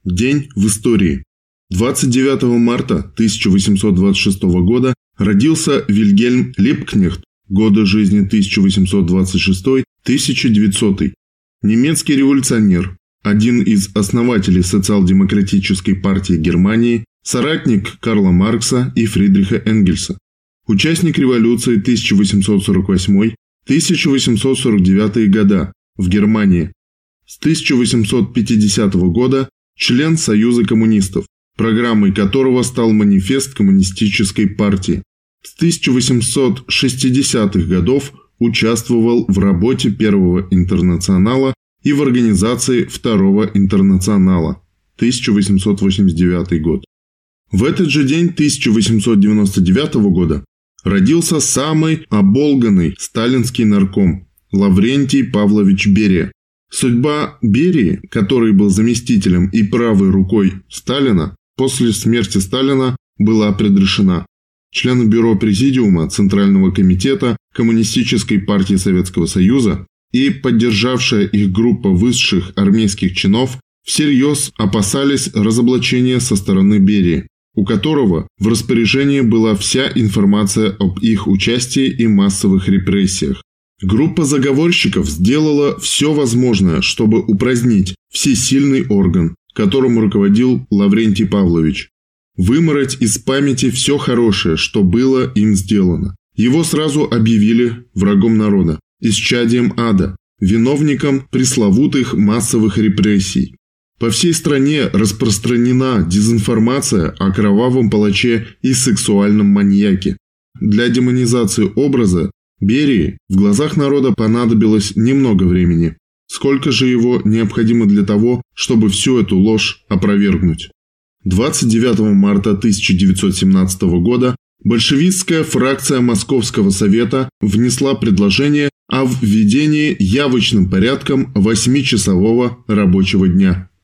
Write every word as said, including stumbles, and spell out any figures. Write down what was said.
День в истории. двадцать девятого марта тысяча восемьсот двадцать шестого года родился Вильгельм Либкнехт, годы жизни тысяча восемьсот двадцать шестой — тысяча девятисотый. Немецкий революционер, один из основателей социал-демократической партии Германии, соратник Карла Маркса и Фридриха Энгельса. Участник революции тысяча восемьсот сорок восьмой — тысяча восемьсот сорок девятый года в Германии. С тысяча восемьсот пятидесятого года член Союза коммунистов, программой которого стал манифест коммунистической партии. С тысяча восемьсот шестидесятых годов участвовал в работе Первого интернационала и в организации Второго интернационала. тысяча восемьсот восемьдесят девятый год. В этот же день тысяча восемьсот девяносто девятого года родился самый оболганный сталинский нарком Лаврентий Павлович Берия. Судьба Берии, который был заместителем и правой рукой Сталина, после смерти Сталина была предрешена. Члены бюро Президиума Центрального комитета Коммунистической партии Советского Союза и поддержавшая их группа высших армейских чинов всерьез опасались разоблачения со стороны Берии, у которого в распоряжении была вся информация об их участии и массовых репрессиях. Группа заговорщиков сделала все возможное, чтобы упразднить всесильный орган, которым руководил Лаврентий Павлович, вымороть из памяти все хорошее, что было им сделано. Его сразу объявили врагом народа, исчадием ада, виновником пресловутых массовых репрессий. По всей стране распространена дезинформация о кровавом палаче и сексуальном маньяке. Для демонизации образа Берии в глазах народа понадобилось немного времени. Сколько же его необходимо для того, чтобы всю эту ложь опровергнуть? двадцать девятого марта тысяча девятьсот семнадцатого года большевистская фракция Московского совета внесла предложение о введении явочным порядком восьмичасового рабочего дня.